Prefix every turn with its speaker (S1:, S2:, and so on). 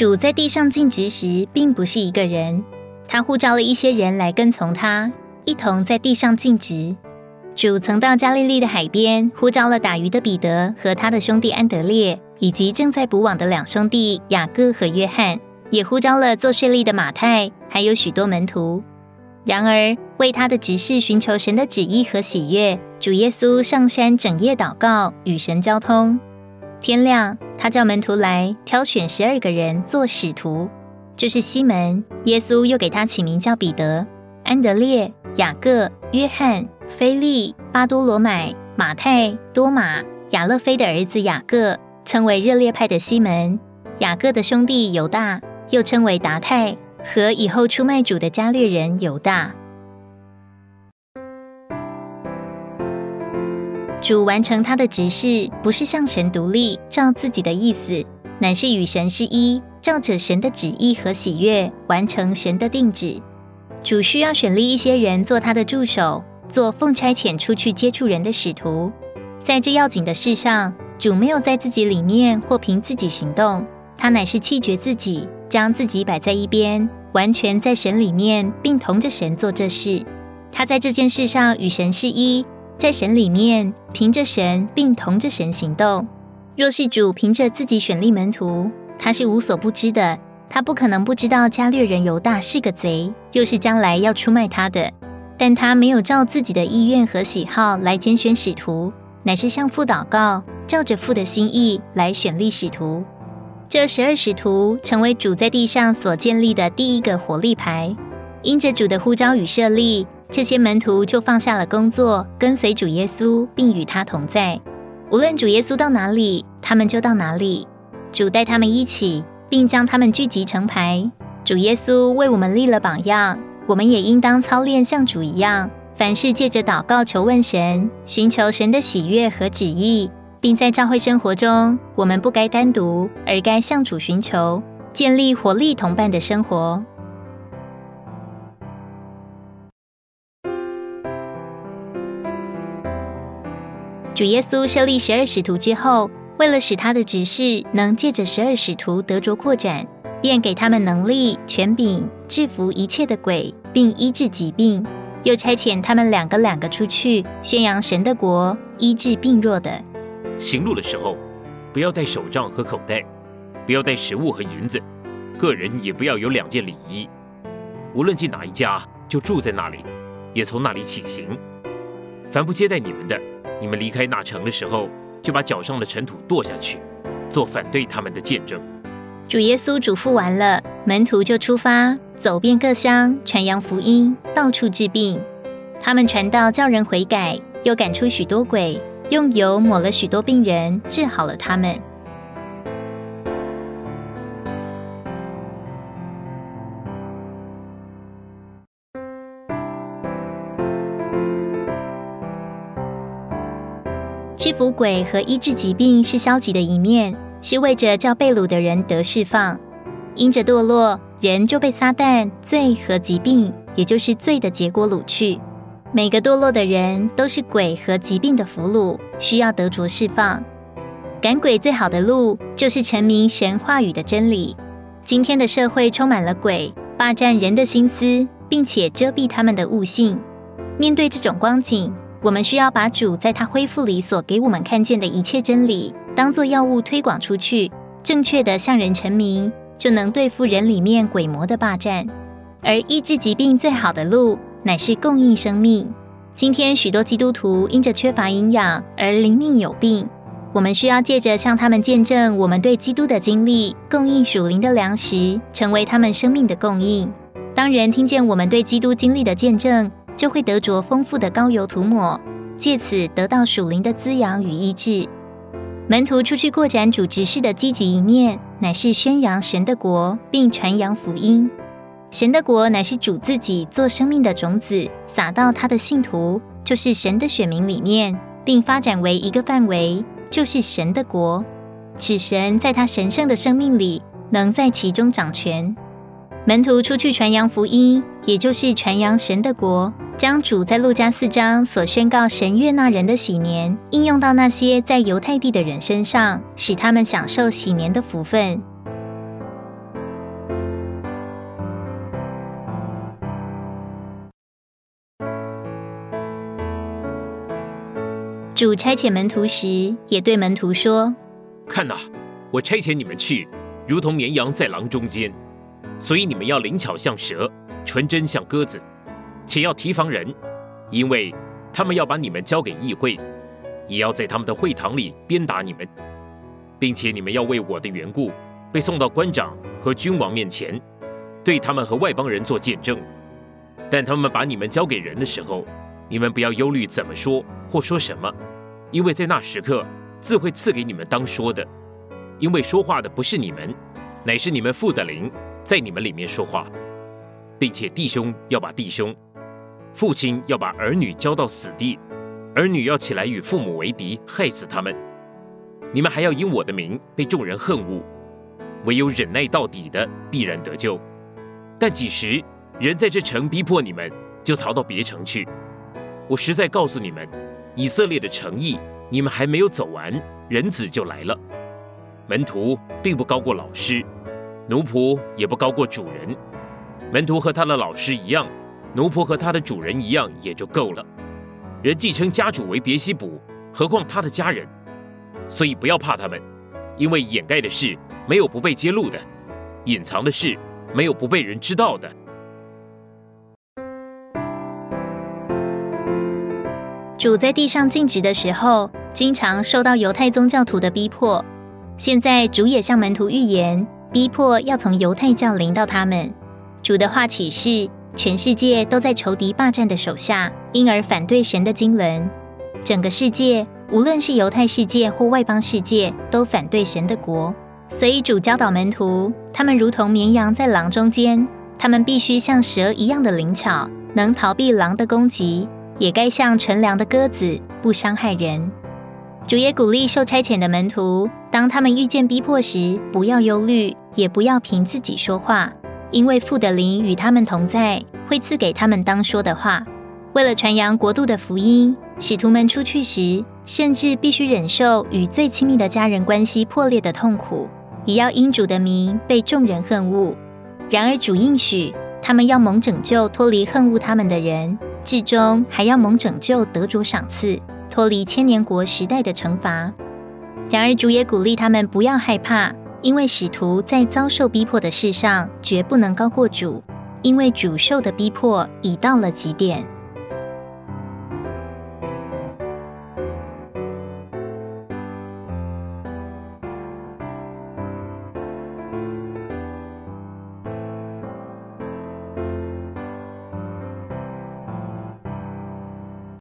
S1: 主在地上尽职时并不是一个人，他呼召了一些人来跟从他，一同在地上尽职。主曾到加利利的海边呼召了打鱼的彼得和他的兄弟安德烈，以及正在捕网的两兄弟雅各和约翰，也呼召了做税吏的马太，还有许多门徒。然而为他的职事寻求神的旨意和喜悦，主耶稣上山整夜祷告，与神交通。天亮，他叫门徒来，挑选12个人做使徒，就是西门，耶稣又给他起名叫彼得；安德烈、雅各、约翰、腓利、巴多罗买、马太、多马、亚勒腓的儿子雅各，称为热烈派的西门；雅各的兄弟犹大，又称为达太，和以后出卖主的加略人犹大。主完成他的职事，不是向神独立，照自己的意思，乃是与神是一，照着神的旨意和喜悦，完成神的定旨。主需要选立一些人做他的助手，做奉差遣出去接触人的使徒。在这要紧的事上，主没有在自己里面或凭自己行动，他乃是弃绝自己，将自己摆在一边，完全在神里面，并同着神做这事。他在这件事上与神是一，在神里面，凭着神并同着神行动。若是主凭着自己选立门徒，他是无所不知的，他不可能不知道加略人犹大是个贼，又是将来要出卖他的。但他没有照自己的意愿和喜好来拣选使徒，乃是向父祷告，照着父的心意来选立使徒。这12使徒成为主在地上所建立的第一个活力牌。因着主的呼召与设立，这些门徒就放下了工作，跟随主耶稣，并与他同在。无论主耶稣到哪里，他们就到哪里。主带他们一起，并将他们聚集成排。主耶稣为我们立了榜样，我们也应当操练像主一样，凡事借着祷告求问神，寻求神的喜悦和旨意，并在教会生活中，我们不该单独，而该向主寻求，建立活力同伴的生活。主耶稣设立12使徒之后，为了使他的职事能借着12使徒得着扩展，便给他们能力、权柄，制服一切的鬼，并医治疾病，又差遣他们两个出去，宣扬神的国，医治病弱的。
S2: 行路的时候，不要带手杖和口袋，不要带食物和银子，个人也不要有2件里衣。无论进哪一家，就住在那里，也从那里起行。凡不接待你们的，你们离开那城的时候，就把脚上的尘土跺下去，做反对他们的见证。
S1: 主耶稣嘱咐完了，门徒就出发，走遍各乡，传扬福音，到处治病。他们传道叫人悔改，又赶出许多鬼，用油抹了许多病人，治好了他们。制服鬼和医治疾病是消极的一面，是为着叫被掳的人得释放。因着堕落，人就被撒旦、罪和疾病，也就是罪的结果掳去。每个堕落的人都是鬼和疾病的俘虏，需要得着释放。赶鬼最好的路，就是陈明神话语的真理。今天的社会充满了鬼，霸占人的心思，并且遮蔽他们的悟性。面对这种光景，我们需要把主在他恢复里所给我们看见的一切真理，当作药物推广出去，正确的向人陈明，就能对付人里面鬼魔的霸占。而医治疾病最好的路，乃是供应生命。今天许多基督徒因着缺乏营养而灵命有病，我们需要借着向他们见证我们对基督的经历，供应属灵的粮食，成为他们生命的供应。当人听见我们对基督经历的见证，就会得着丰富的膏油涂抹，借此得到属灵的滋养与医治。门徒出去扩展主职事的积极一面，乃是宣扬神的国，并传扬福音。神的国乃是主自己做生命的种子，撒到他的信徒，就是神的选民里面，并发展为一个范围，就是神的国，使神在他神圣的生命里能在其中掌权。门徒出去传扬福音，也就是传扬神的国，将主在路加4章所宣告神悦纳人的喜年，应用到那些在犹太地的人身上，使他们享受喜年的福分。 主差遣门徒时，也对门徒说：
S2: 看哪，我差遣你们去，如同绵羊在狼中间，所以你们要灵巧像蛇，纯真像鸽子，且要提防人，因为他们要把你们交给议会，也要在他们的会堂里鞭打你们，并且你们要为我的缘故被送到官长和君王面前，对他们和外邦人做见证。但他们把你们交给人的时候，你们不要忧虑怎么说或说什么，因为在那时刻自会赐给你们当说的，因为说话的不是你们，乃是你们父的灵在你们里面说话。并且弟兄要把弟兄，父亲要把儿女交到死地，儿女要起来与父母为敌，害死他们。你们还要因我的名被众人恨恶，唯有忍耐到底的必然得救。但几时人在这城逼迫你们，就逃到别城去。我实在告诉你们，以色列的诚意你们还没有走完，人子就来了。门徒并不高过老师，奴仆也不高过主人。门徒和他的老师一样，奴仆和他的主人一样也就够了。人既称家主为别西卜，何况他的家人？所以不要怕他们，因为掩盖的事没有不被揭露的，隐藏的事没有不被人知道的。
S1: 主在地上尽职的时候，经常受到犹太宗教徒的逼迫。现在主也向门徒预言，逼迫要从犹太教临到他们。主的话启示，全世界都在仇敌霸占的手下，因而反对神的经纶。整个世界，无论是犹太世界或外邦世界，都反对神的国。所以主教导门徒，他们如同绵羊在狼中间，他们必须像蛇一样的灵巧，能逃避狼的攻击，也该像纯良的鸽子，不伤害人。主也鼓励受差遣的门徒，当他们遇见逼迫时，不要忧虑，也不要凭自己说话，因为父的灵与他们同在，会赐给他们当说的话。为了传扬国度的福音，使徒们出去时，甚至必须忍受与最亲密的家人关系破裂的痛苦，也要因主的名被众人恨恶。然而主应许，他们要蒙拯救，脱离恨恶他们的人，至终还要蒙拯救，得着赏赐，脱离千年国时代的惩罚。然而主也鼓励他们不要害怕，因为使徒在遭受逼迫的事上绝不能高过主，因为主受的逼迫已到了极点。